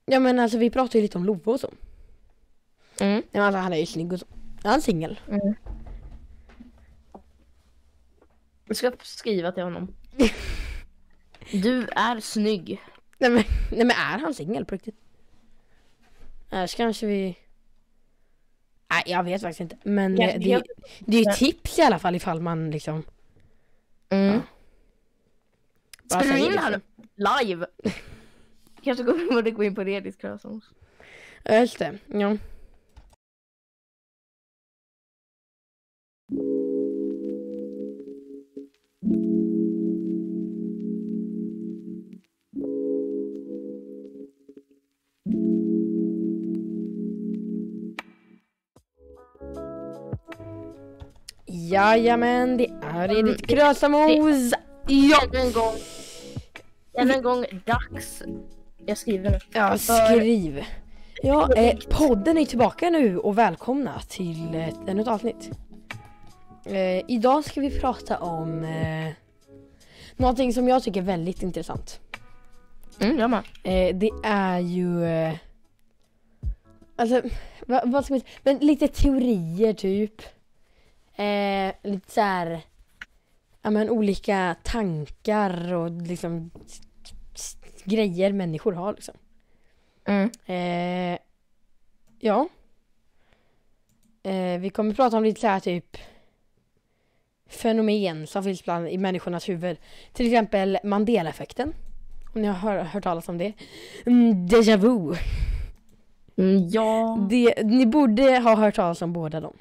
Ja men alltså vi pratade ju lite om Love och så. Mm. Men alltså, han är ju snygg och så. Är han singel? Mm. Jag ska skriva till honom. Du är snygg. Nej men är han singel på riktigt? Så kanske vi... Nej, jag vet faktiskt inte. Men det är ju tips i alla fall ifall man liksom... Mm. Bara Spelar du säger in här liksom. live? Kanske borde gå in på Redis Krösons. Ja, just det. Ja. Jajamän, det är Edith Krösamos. Ja! Än en gång dags. Jag skriver nu. Ja, skriv. Ja, podden är tillbaka nu och välkomna till ett nytt avsnitt. Idag ska vi prata om någonting som jag tycker är väldigt intressant. Jag med. Det är ju alltså vad ska man säga? Men lite teorier typ. Lite så här, ja men olika tankar och liksom grejer människor har liksom. Ja. Vi kommer prata om lite så här typ fenomen som finns bland i människornas huvud. Till exempel Mandela-effekten. Om ni har hört talas om det. Déjà vu. Ja. Ni borde ha hört talas om båda dem.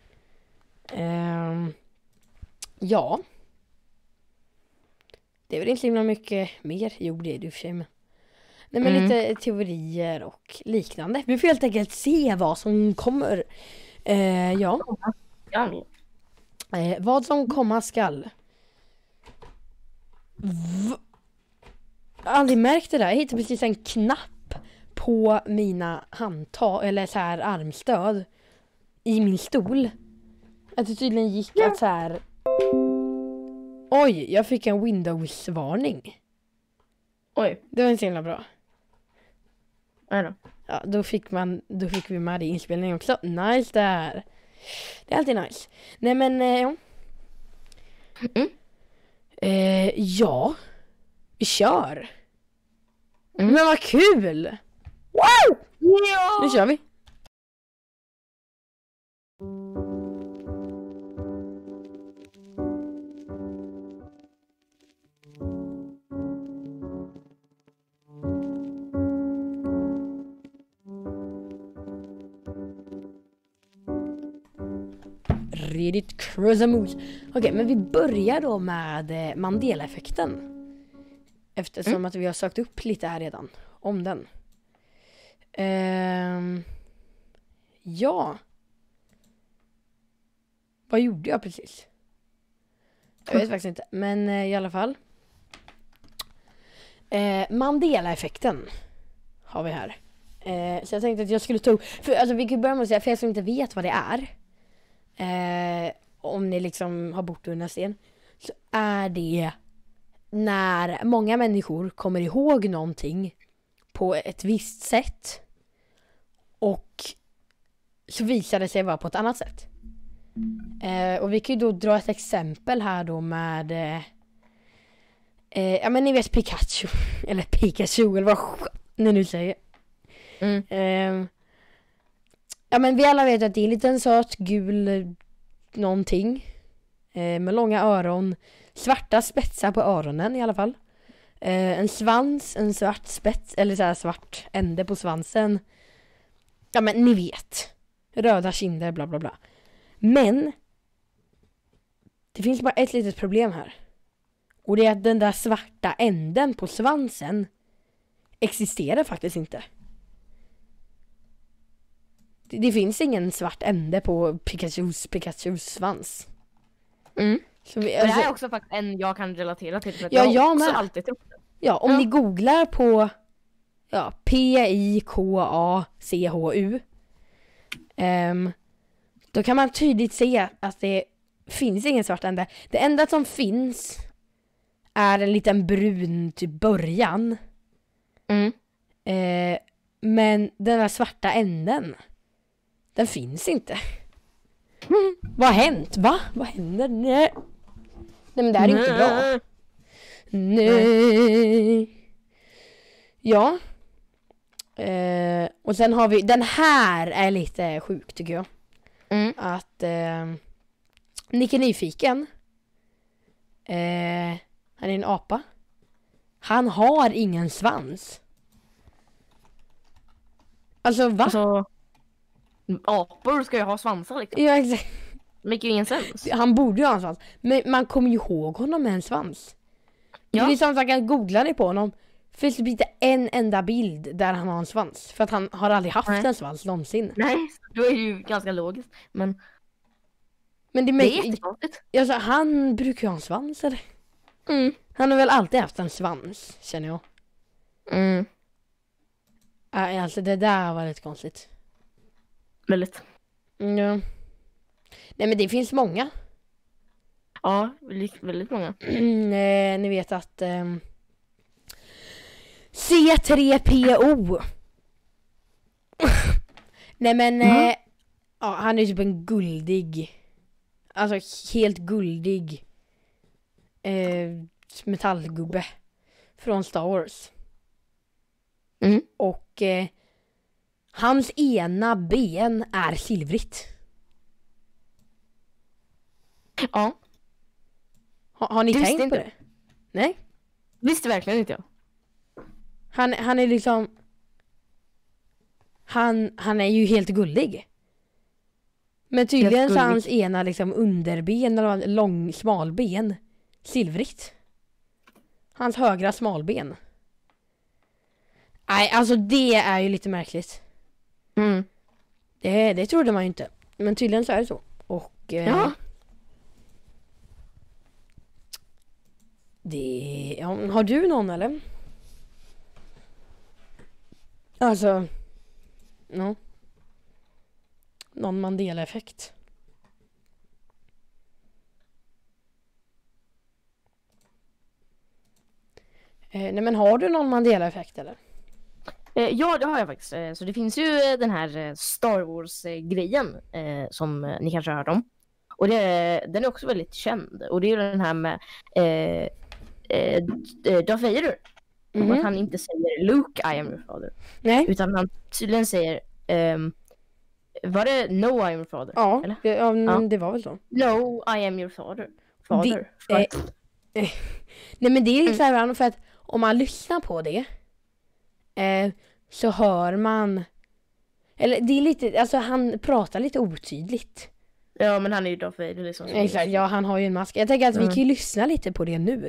Ja. Det är väl inte himla mycket mer. Jo, det är det i och för sig. Nej, men lite teorier och liknande. Vi får helt enkelt se vad som kommer. Ja. Vad som komma skall. Jag har aldrig märkt det där. Jag hittade precis en knapp på mina handtag eller så här armstöd i min stol. Att det tydligen gick att så här... Oj, jag fick en Windows-varning. Oj. Det var inte så himla bra. Då. Ja, då fick vi med det i inspelningen också. Nice där. Det är alltid nice. Nej men, ja. Ja. Vi kör. Men vad kul! Wow! Ja! Nu kör vi. Redigt Krösamos. Okej, men vi börjar då med Mandela-effekten. Eftersom att vi har sökt upp lite här redan om den. Ja. Vad gjorde jag precis? Jag vet faktiskt inte. Men i alla fall. Mandela-effekten har vi här. Så jag tänkte att jag skulle ta upp... För, alltså, vi kan börja med att säga, för jag som inte vet vad det är. Om ni liksom har bott under en sten. Så är det när många människor kommer ihåg någonting på ett visst sätt och så visar det sig vara på ett annat sätt. Och vi kan ju då dra ett exempel här då med ja men ni vet Pikachu eller Pikachu eller vad ni nu säger. Ja men vi alla vet att det är en liten söt gul någonting med långa öron, svarta spetsar på öronen i alla fall. En svans, en svart spets eller så här svart ände på svansen. Ja men ni vet. Röda kinder bla bla bla. Men det finns bara ett litet problem här. Och det är att den där svarta änden på svansen existerar faktiskt inte. Det finns ingen svart ände på Pikachus svans. Så vi, alltså, det här är också faktiskt en jag kan relatera till. För att ja, jag har också med. alltid trott det. Ja, om ni googlar på P-I-K-A-C-H-U då kan man tydligt se att det finns ingen svart ände. Det enda som finns är en liten brun typ början. Men den där svarta änden, den finns inte. Vad har hänt? Va? Vad händer? Nej. Nej, men det här är inte bra. Nej. Ja. Och sen har vi, den här är lite sjuk tycker jag. Att Nick är nyfiken. Han är en apa. Han har ingen svans. Alltså va? Alltså, apor ska ju ha svansar liksom. Ja, exakt. Make ju ingen sens. Han borde ju ha en svans. Men man kommer ju ihåg honom med en svans. Ja. Det är som att man kan googla det på honom. Finns det inte en enda bild där han har en svans? För att han har aldrig haft en svans någonsin. Nej, då är det ju ganska logiskt. Men det är jättekonstigt. Alltså, han brukar ju ha en svans, eller? Han har väl alltid haft en svans, känner jag. Alltså, det där var lite konstigt. Väldigt. Ja. Nej, men det finns många. Ja, väldigt många. Ni vet att C3PO. Nej, men ja, han är typ en guldig, alltså helt guldig metallgubbe från Star Wars. Och hans ena ben är silvrigt. Ja. Har ni tänkt inte på det? Nej? Visste verkligen inte jag. Han är liksom, han är ju helt gullig. Men tydligen så är hans ena liksom underben eller smalben silvrigt. Hans högra smalben. Nej, alltså det är ju lite märkligt. Det trodde man ju inte. Men tydligen så är det så. Och ja. Har du någon eller? Alltså någon Mandela-effekt. Nej, men har du någon Mandela-effekt eller? Ja, det har jag faktiskt. Så det finns ju den här Star Wars-grejen som ni kanske har hört om. Och den är också väldigt känd. Och det är ju den här med Darth Vader. Att han inte säger Luke, I am your father. Nej. Utan han tydligen säger var det No, I am your father? Ja, eller? Det var väl så. No, I am your father. Nej, men det är lite så här för att om man lyssnar på det så hör man, eller det är lite, alltså han pratar lite otydligt. Ja, men han är ju Darth Vader liksom. Exakt, ja, han har ju en mask. Jag tänker att vi kan ju lyssna lite på det nu.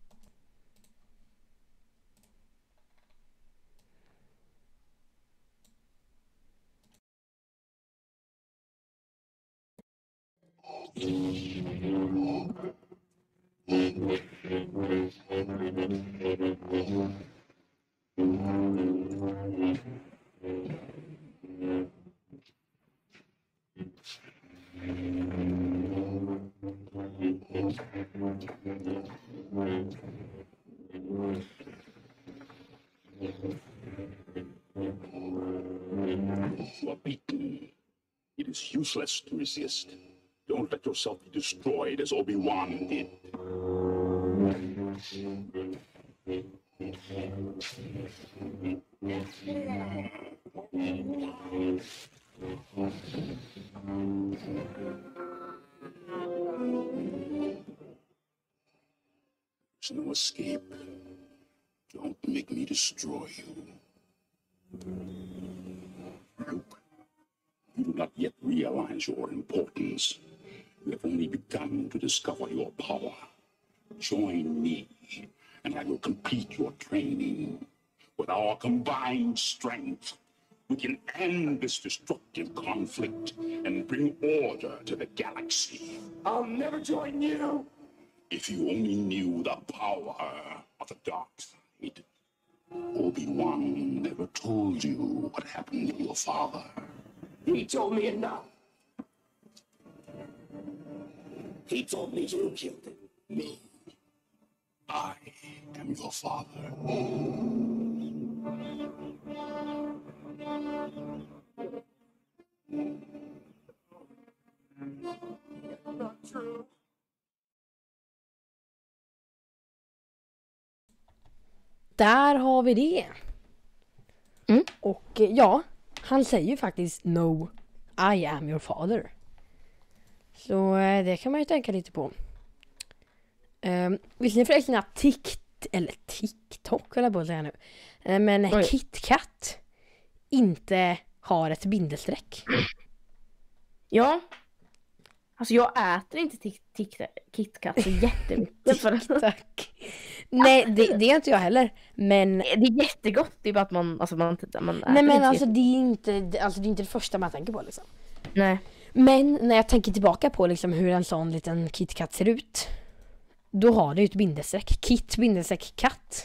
You are beaten. It is useless to resist. Don't let yourself be destroyed as Obi-Wan did. There's no escape. Don't make me destroy you. Luke, you do not yet realize your importance. You have only begun to discover your power. Join me, and I will complete your training. With our combined strength, we can end this destructive conflict and bring order to the galaxy. I'll never join you! If you only knew the power of the dark side. Obi-Wan never told you what happened to your father. He told me enough. He told me you killed him. Me. I am your father. Där har vi det. Mm. Och ja, han säger ju faktiskt no, I am your father. Så det kan man ju tänka lite på. Visste ni förresten att TikTok eller på att säga nu. Men Oj. KitKat inte har ett bindestreck. Ja. Alltså jag äter inte KitKat så jättemycket. Tack. Nej, det är inte jag heller. Men Det är jättegott. Det är bara att man äter nej, men inte alltså det är inte det första man tänker på liksom. Nej. Men när jag tänker tillbaka på liksom hur en sån liten KitKat ser ut, då har det ju ett bindestreck. Kit-katt.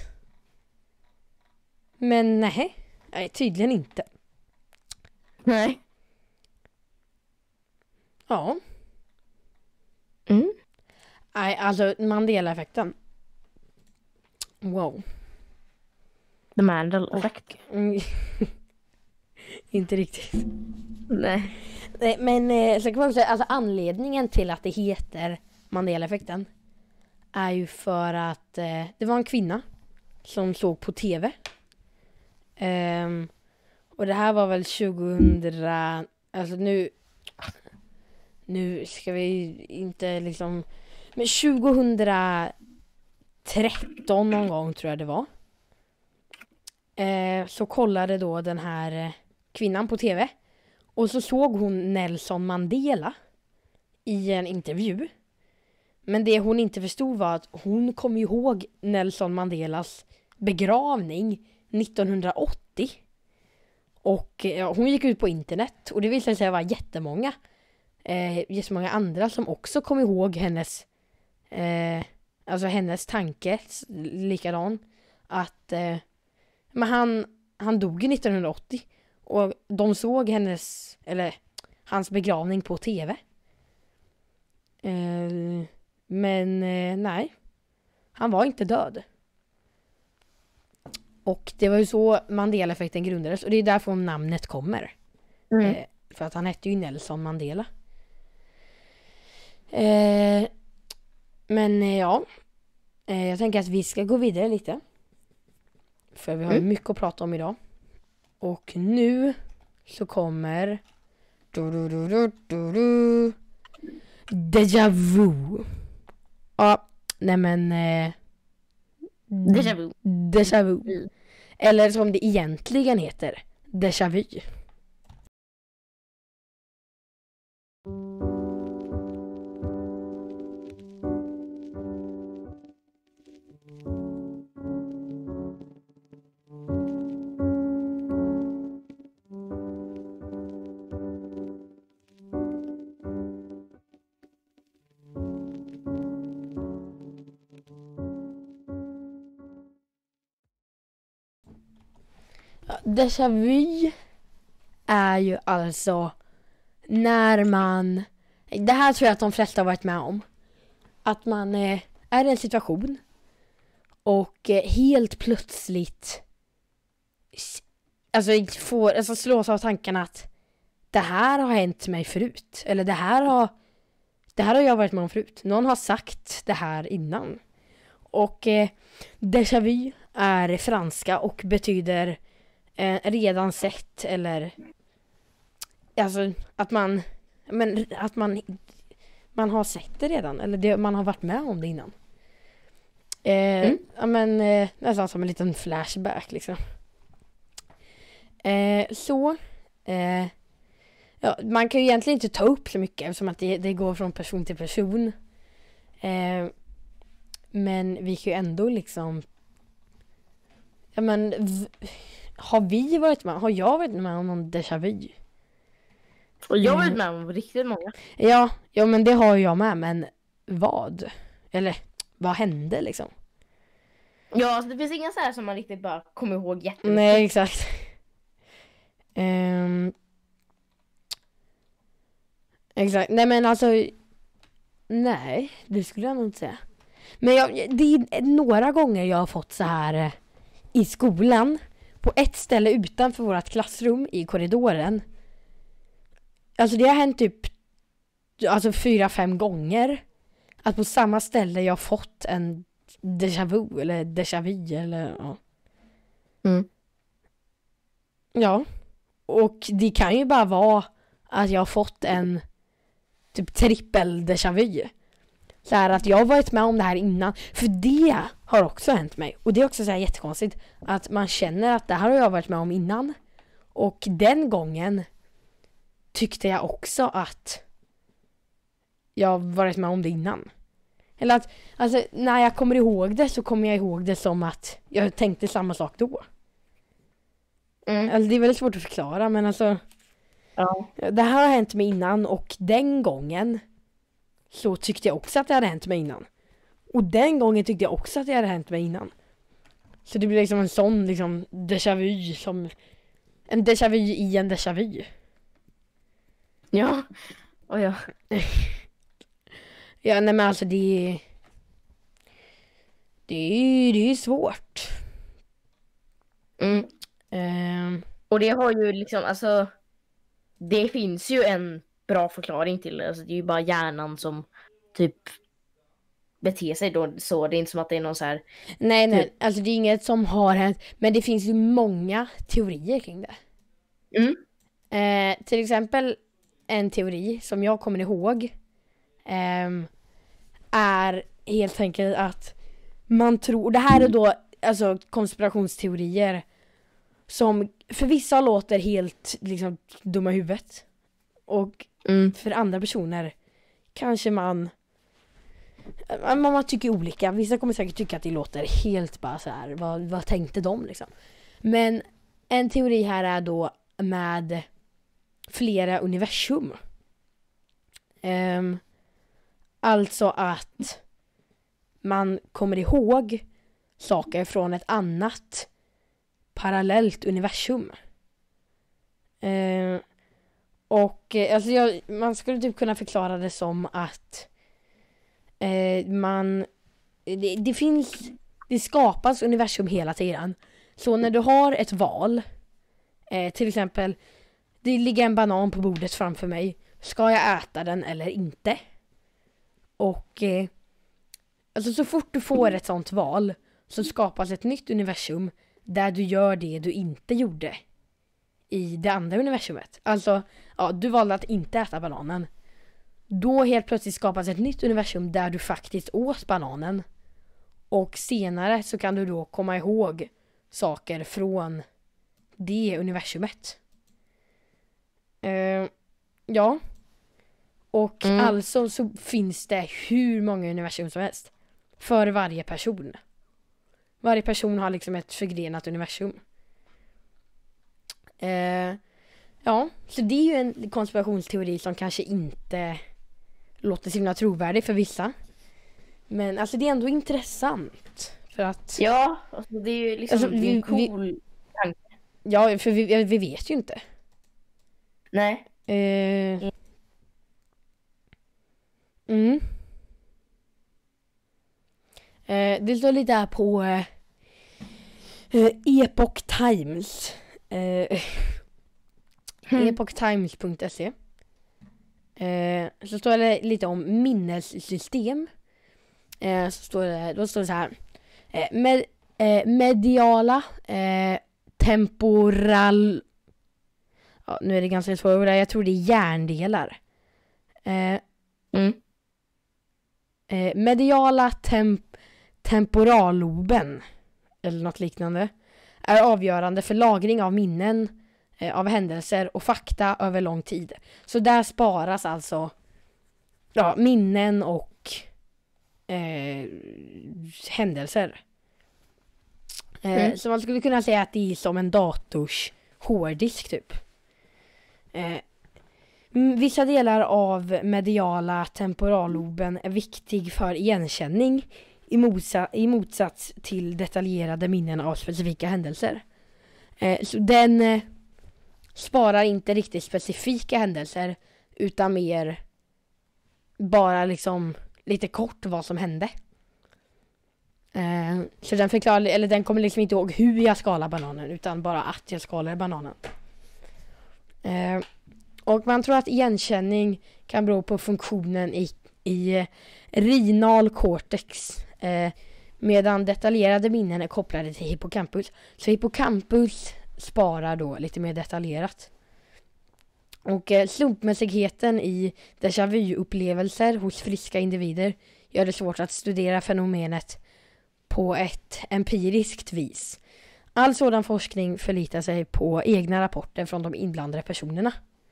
Men nej, tydligen inte. Nej. Ja. Mm. Nej, alltså Mandela-effekten. Wow. The Mandela effect. Mm. Inte riktigt. Nej. Nej, men så kan man säga, alltså anledningen till att det heter Mandela-effekten är ju för att det var en kvinna som såg på TV. Och det här var väl 2000, alltså nu ska vi inte liksom, men 2013 någon gång tror jag det var. Så kollade då den här kvinnan på TV. Och så såg hon Nelson Mandela i en intervju. Men det hon inte förstod var att hon kom ihåg Nelson Mandelas begravning 1980. Och hon gick ut på internet och det visade sig vara jättemånga andra som också kom ihåg hennes tanke likadan. Att men han dog 1980. Och de såg hans begravning på TV. Men nej. Han var inte död. Och det var ju så Mandela-effekten grundades. Och det är därför namnet kommer. För att han hette ju Nelson Mandela. Men ja. Jag tänker att vi ska gå vidare lite. För vi har ju mycket att prata om idag. Och nu så kommer Déjà vu. Ja, nej men Déjà vu. Déjà vu. Eller som det egentligen heter, Déjà vu. Déjà vu är ju alltså när man, det här tror jag att de flesta har varit med om, att man är i en situation och helt plötsligt slås av tankarna att det här har hänt mig förut, eller det här har jag varit med om förut. Någon har sagt det här innan. Och déjà vu är franska och betyder redan sett, eller alltså att man har sett det redan, eller man har varit med om det innan. Ja, men nästan som en liten flashback liksom. Ja, man kan ju egentligen inte ta upp så mycket eftersom att det går från person till person. Men vi kan ju ändå liksom, ja men har jag varit med om någon déjà vu? Och jag har varit med om riktigt många. Ja, men det har jag med, men vad? Eller vad hände liksom? Ja, alltså det finns inga så här som man riktigt bara kommer ihåg jättemycket. Nej, exakt. Exakt. Nej, men alltså nej, det skulle jag nog inte säga. Men det är några gånger jag har fått så här i skolan, på ett ställe utanför vårt klassrum i korridoren. Alltså det har hänt typ alltså 4-5 gånger. Att på samma ställe jag fått en déjà vu eller déjà vu eller ja. Mm. Ja. Och det kan ju bara vara att jag har fått en typ trippel déjà vu. Så här att jag har varit med om det här innan. För det har också hänt mig. Och det är också så här jättekonstigt. Att man känner att det här har jag varit med om innan. Och den gången tyckte jag också att jag har varit med om det innan. Eller att alltså, när jag kommer ihåg det så kommer jag ihåg det som att jag tänkte samma sak då. Alltså, det är väldigt svårt att förklara, men alltså Ja. det här har hänt mig innan och den gången så tyckte jag också att det hade hänt mig innan. Och den gången tyckte jag också att det hade hänt mig innan. Så det blir liksom en sån liksom déjà vu som en déjà vu i en déjà vu. Ja. Och ja. Ja, nej men alltså det är svårt. Och det har ju liksom, alltså det finns ju en bra förklaring till det. Alltså, det är ju bara hjärnan som typ beter sig då, så det är inte som att det är någon så här. Nej, alltså det är inget som har hänt, men det finns ju många teorier kring det. Till exempel en teori som jag kommer ihåg är helt enkelt att man tror, det här är då alltså konspirationsteorier som för vissa låter helt liksom dumma i huvudet. Och för andra personer kanske man tycker olika. Vissa kommer säkert tycka att det låter helt bara så här. Vad tänkte de liksom? Men en teori här är då med flera universum. Alltså att man kommer ihåg saker från ett annat parallellt universum. Och alltså man skulle typ kunna förklara det som att det skapas universum hela tiden. Så när du har ett val, till exempel det ligger en banan på bordet framför mig, ska jag äta den eller inte? Och alltså så fort du får ett sånt val så skapas ett nytt universum där du gör det du inte gjorde i det andra universumet. Alltså, ja, du valde att inte äta bananen. Då helt plötsligt skapas ett nytt universum där du faktiskt åt bananen. Och senare så kan du då komma ihåg saker från det universumet. Ja. Och alltså så finns det hur många universum som helst. För varje person. Varje person har liksom ett förgrenat universum. Ja, så det är ju en konspirationsteori som kanske inte låter så himla trovärdig för vissa. Men alltså det är ändå intressant. För att ja, alltså det är ju liksom alltså, det är en cool tanke. Ja, för vi vet ju inte. Nej. Det står lite här på Epoch Times. Epochtimes.se. Så står det lite om minnessystem. Då står det så här. Mediala temporal. Ja, nu är det ganska svårt ord där. Jag tror det är hjärndelar. Mediala temporalloben eller något liknande är avgörande för lagring av minnen av händelser och fakta över lång tid. Så där sparas alltså minnen och händelser. Så man skulle kunna säga att det är som en dators hårddisk typ. Vissa delar av mediala temporalloben är viktig för igenkänning i motsats till detaljerade minnen av specifika händelser. Så den sparar inte riktigt specifika händelser utan mer bara liksom lite kort vad som hände. Så den förklarar, eller den kommer liksom inte ihåg hur jag skalar bananen utan bara att jag skalar bananen. Och man tror att igenkänning kan bero på funktionen i renal cortex, medan detaljerade minnen är kopplade till hippocampus. Så hippocampus sparar då lite mer detaljerat. Och slumpmässigheten i déjà vu-upplevelser hos friska individer gör det svårt att studera fenomenet på ett empiriskt vis. All sådan forskning förlitar sig på egna rapporter från de inblandade personerna.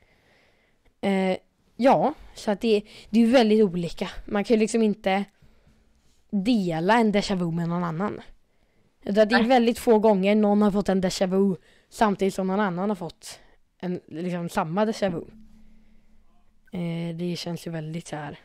Ja, så att det är väldigt olika. Man kan ju liksom inte dela en déjà vu med någon annan. Det är väldigt få gånger någon har fått en déjà vu samtidigt som någon annan har fått liksom samma déjà vu. Det känns ju väldigt så här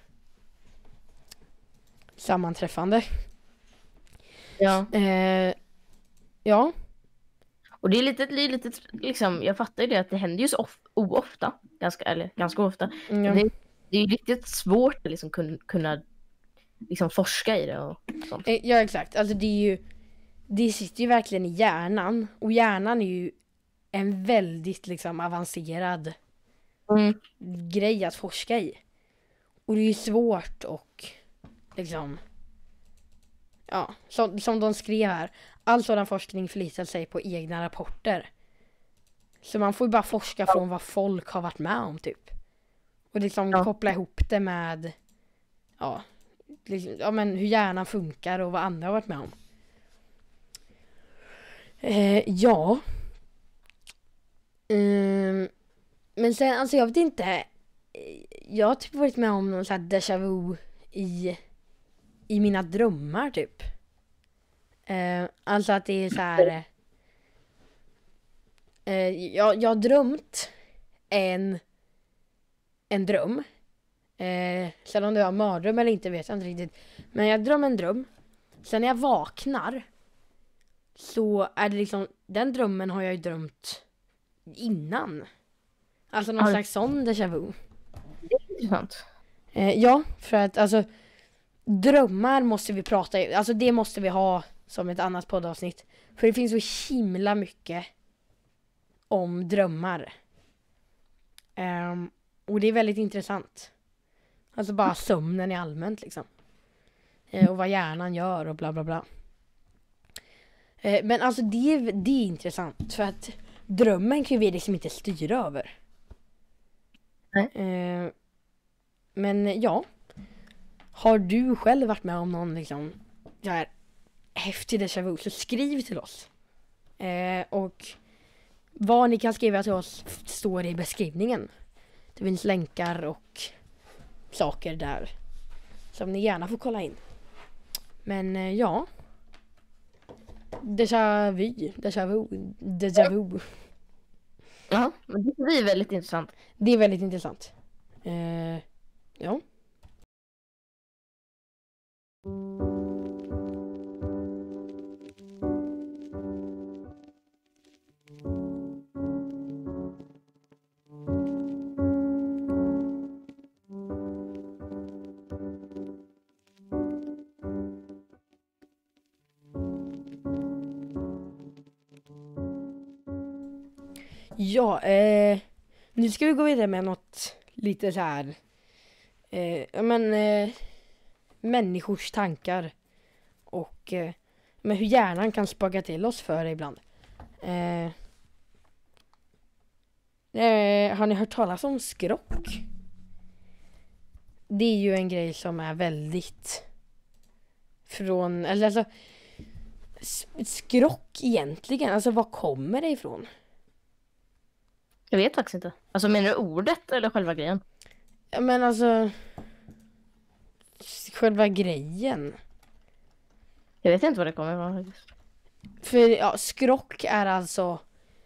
sammanträffande. Ja. Ja. Och det är lite liksom, jag fattar ju det att det händer ju så ofta, ganska ofta. Mm. Det är ju riktigt svårt att liksom kunna liksom forska i det och sånt. Ja, exakt. Alltså det sitter ju verkligen i hjärnan, och hjärnan är ju en väldigt liksom avancerad grej att forska i. Och det är ju svårt och liksom som de skrev här, all sådan forskning förlitar sig på egna rapporter. Så man får ju bara forska från vad folk har varit med om typ. Och liksom koppla ihop det med men hur hjärnan funkar och vad andra har varit med om. Men sen, alltså jag vet inte. Jag har typ varit med om någon sån här déjà vu i mina drömmar typ. Alltså att det är så här. Jag har drömt en dröm. Sen om det var mardröm eller inte vet jag inte riktigt. Men jag drömmer en dröm. Sen när jag vaknar så är det liksom, den drömmen har jag ju drömt innan. Alltså någon slags sån déjà vu. Det är intressant. Ja, för att alltså drömmar måste vi prata, alltså det måste vi ha som ett annat poddavsnitt. För det finns så himla mycket om drömmar. Och det är väldigt intressant. Alltså bara sömnen i allmänt liksom. Och vad hjärnan gör och bla bla bla. Men alltså det är intressant. För att drömmen kan vi liksom inte styra över. Men ja. Har du själv varit med om någon liksom så här häftig déjà vu, så skriv till oss. Och vad ni kan skriva till oss står i beskrivningen. Det finns länkar och saker där som ni gärna får kolla in. Men ja. Déjà vu. Ja, men det är väldigt intressant. Det är väldigt intressant. Ja. Ja, nu ska vi gå vidare med något lite så här människors tankar och med hur hjärnan kan spaka till oss för ibland. Har ni hört talas om skrock? Det är ju en grej som är väldigt från, alltså skrock egentligen, alltså var kommer det ifrån? Jag vet faktiskt inte. Alltså menar du ordet eller själva grejen? Ja, men alltså själva grejen. Jag vet inte vad det kommer ifrån faktiskt. För ja, skrock är alltså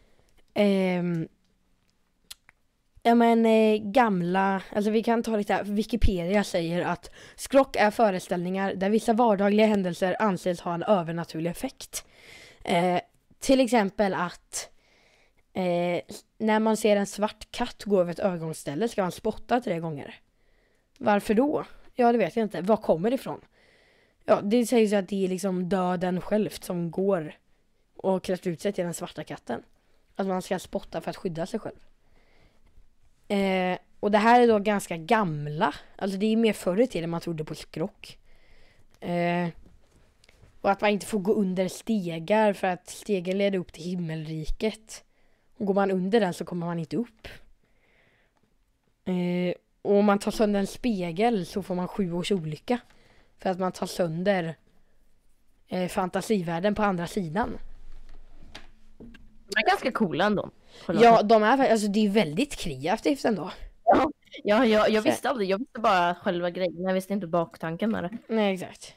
gamla, alltså vi kan ta lite här, Wikipedia säger att skrock är föreställningar där vissa vardagliga händelser anses ha en övernaturlig effekt. Till exempel att när man ser en svart katt gå över ett övergångsställe ska man spotta 3 gånger. Varför då? Ja, det vet jag inte. Var kommer det ifrån? Ja, det sägs att det är liksom döden självt som går och klär ut sig till den svarta katten. Att man ska spotta för att skydda sig själv. Och det här är då ganska gamla. Alltså det är mer förr i tiden man trodde på skrock. Och att man inte får gå under stegar för att stegen leder upp till himmelriket. Och går man under den så kommer man inte upp. Och om man tar sönder en spegel så får man 7 års olycka. För att man tar sönder fantasivärlden på andra sidan. De är ganska coola ändå. Ja, alltså det är väldigt kreativt ändå. Ja, jag visste aldrig. Jag visste bara själva grejen. Jag visste inte baktanken med det. Nej, exakt.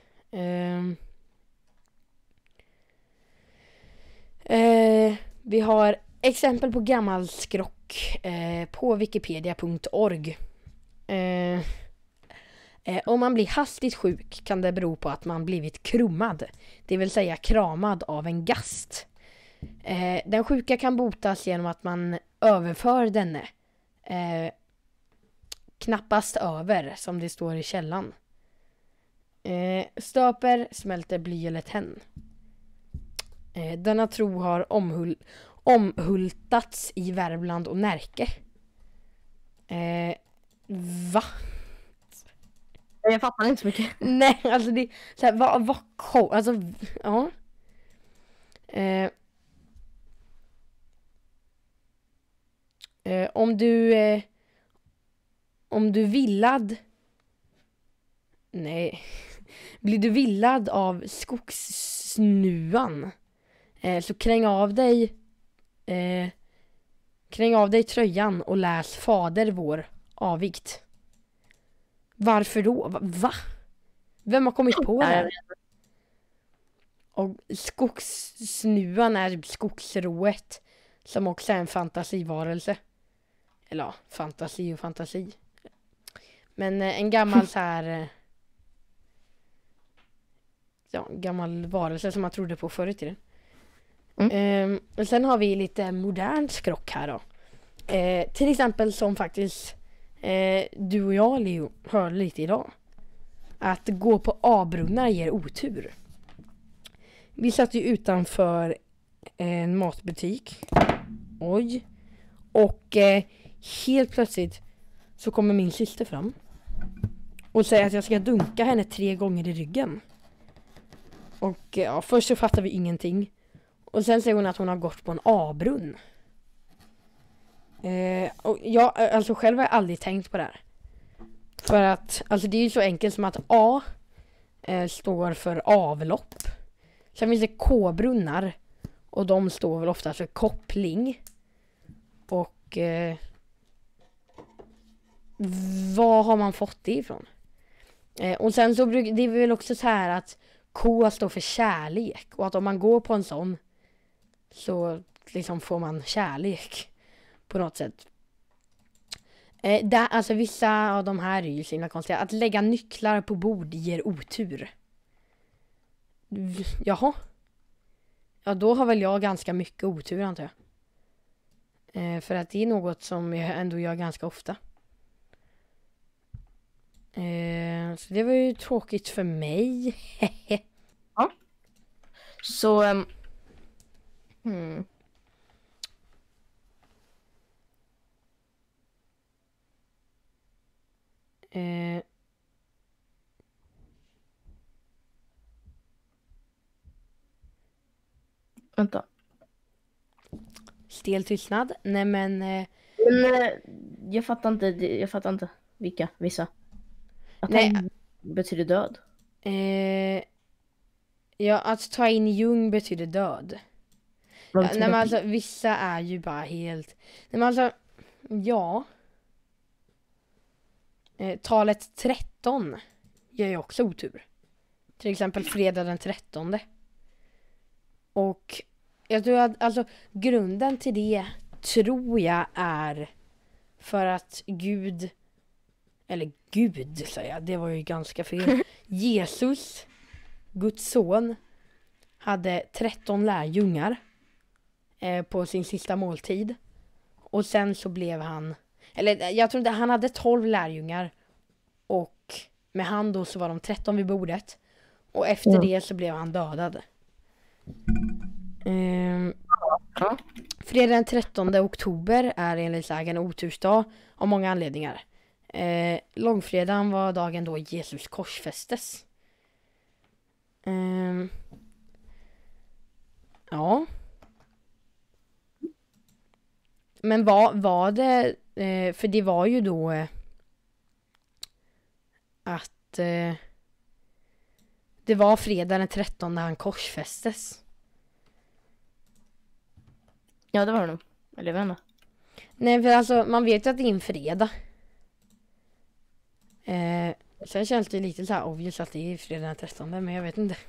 Vi har exempel på gammal skrock på wikipedia.org. Om man blir hastigt sjuk kan det bero på att man blivit krummad, det vill säga kramad av en gast. Den sjuka kan botas genom att man överför denne. Knappast över, som det står i källan. Stöper, smälter bly eller tenn. Denna tro har omhultats i Värmland och Närke. Va? Jag fattar inte så mycket. Nej, alltså det så här, alltså ja. Om du villad. Nej. Blir du villad av skogssnuan så kräng av dig tröjan och läs Fader vår avigt. Varför då? Va? Vem har kommit på det här? Och skogssnuan är typ skogsrået som också är en fantasivarelse. Eller ja, fantasi. Men en gammal så här gammal varelse som man trodde på förr i tiden. Och sen har vi lite modern skrock här då. Till exempel som faktiskt du och jag, Leo, hörde lite idag. Att gå på A-brunnar ger otur. Vi satt ju utanför en matbutik. Oj. Och helt plötsligt så kommer min syster fram och säger att jag ska dunka henne 3 gånger i ryggen. Och först så fattar vi ingenting. Och sen säger hon att hon har gått på en A-brunn. Och jag alltså själv har jag aldrig tänkt på det här. För att alltså det är ju så enkelt som att A står för avlopp. Sen finns det K-brunnar. Och de står väl ofta för koppling. Och vad har man fått det ifrån? Och sen så det är väl också så här att K står för kärlek. Och att om man går på en sån så liksom får man kärlek på något sätt. Alltså vissa av de här är ju så himla konstiga. Att lägga nycklar på bord ger otur. Jaha. Ja, då har väl jag ganska mycket otur, antar jag. För att det är något som jag ändå gör ganska ofta. Så det var ju tråkigt för mig. Ja. Så vänta. Stel tystnad. Nej men jag fattar inte vissa. Att nej. Betyder död. Ja, att ta in Jung betyder död. Nej men alltså vissa är ju bara helt. Nej men alltså ja. Talet 13 ger ju också otur. Till exempel fredag den 13. Och jag tror att alltså grunden till det tror jag är för att Gud säger jag, det var ju ganska fel. Jesus, Guds son, hade 13 lärjungar på sin sista måltid. Och sen så blev han, eller jag tror inte, han hade 12 lärjungar. Och med han då så var de 13 vid bordet. Och efter det så blev han dödad. Fredag den 13 oktober är enligt sägen otursdag av många anledningar. Långfredagen var dagen då Jesus korsfästes. Ja. Men vad var det? För det var ju då att det var fredag den 13 när han korsfästes. Ja, det var det nog. Eller jag vet inte. Nej, för alltså man vet ju att det är en fredag. Sen känns det lite så här obvious att det är fredag den 13, men jag vet inte.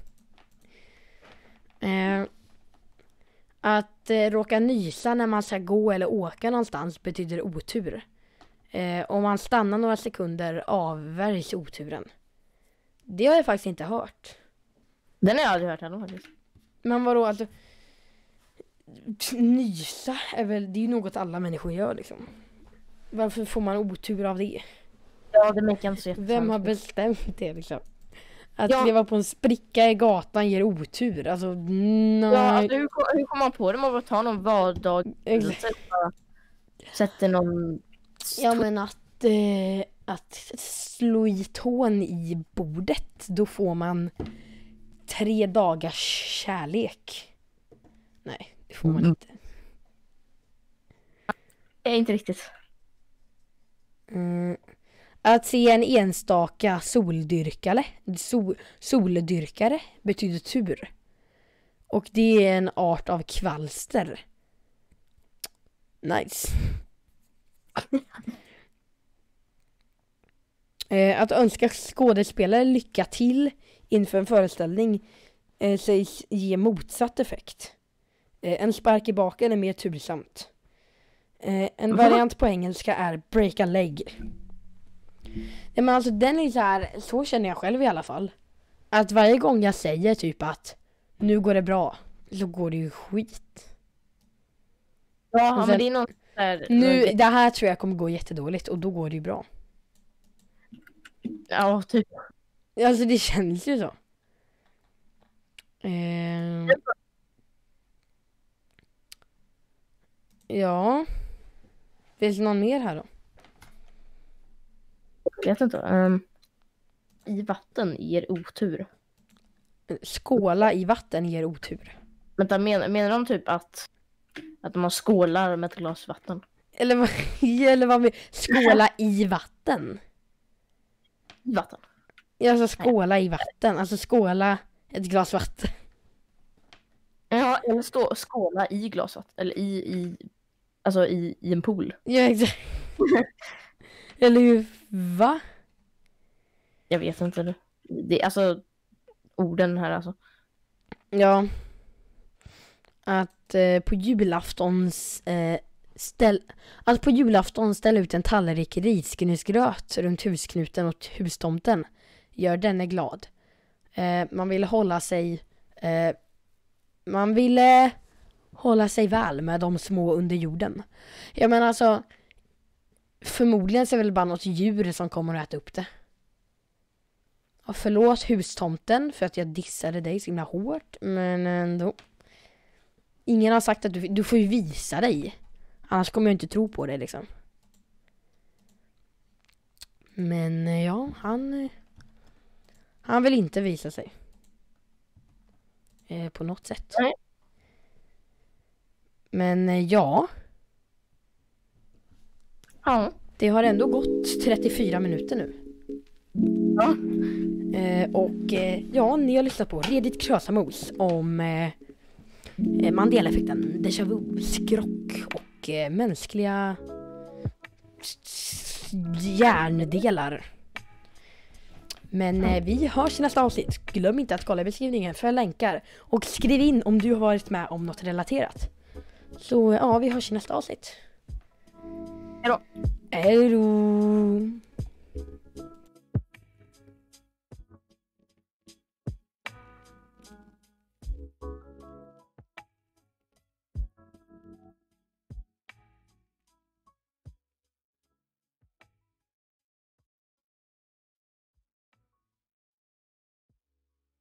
Att råka nysa när man ska gå eller åka någonstans betyder otur. Om man stannar några sekunder avvärjs oturen. Det har jag faktiskt inte hört. Den har jag aldrig hört heller faktiskt. Men vadå, alltså nysa är väl, det är ju något alla människor gör liksom. Varför får man otur av det? Ja, det märker inte så jättesant. Vem har bestämt det liksom? Att leva på en spricka i gatan ger otur. Alltså, nej. Ja, alltså, hur kommer man på det? Man bara tar någon vardag. Sätter någon... Ja, men att slå i tån i bordet, då får man 3 dagars kärlek. Nej, det får man inte. Inte riktigt. Att se en enstaka soldyrkare betyder tur. Och det är en art av kvalster. Nice. Att önska skådespelare lycka till inför en föreställning sägs ge motsatt effekt. En spark i baken är mer tursamt. En variant på engelska är break a leg. Ja, men alltså den är så här, så känner jag själv i alla fall. Att varje gång jag säger typ att nu går det bra, så går det ju skit. Ja, sen, men det är något där... Nu, det här tror jag kommer gå jättedåligt och då går det ju bra. Ja, typ. Alltså det känns ju så. Ja. Finns det någon mer här då? Jag vet inte. I vatten ger otur. Skåla i vatten ger otur. Vänta, menar de typ att man skålar med ett glas vatten? Eller vad med skåla i vatten? I vatten? Alltså skåla i vatten. Alltså skåla ett glas vatten. Ja, eller skåla i glasvatten. Eller i en pool. Ja, exakt. Eller hur? Va? Jag vet inte. Det alltså orden här alltså. Ja. Att på julafton ställa ut en tallrik risgrynsgröt runt husknuten och hustomten gör denne glad. Man ville hålla sig väl med de små under jorden. Ja, men alltså förmodligen så är det väl bara något djur som kommer att äta upp det. Och förlåt hustomten för att jag dissade dig så himla hårt, men ändå. Ingen har sagt att du får ju visa dig. Annars kommer jag inte tro på det liksom. Men ja, han vill inte visa sig. På något sätt. Nej. Men ja. Ja. Det har ändå gått 34 minuter nu. Ja. Ja, ni har lyssnat på Redigt Krösamos om Mandela-effekten, déjà vu, skrock och mänskliga hjärndelar. Men vi hörs i nästa avsnitt. Glöm inte att kolla i beskrivningen för länkar. Och skriv in om du har varit med om något relaterat. Så ja, vi hörs i nästa avsnitt. Hej då. Hej då.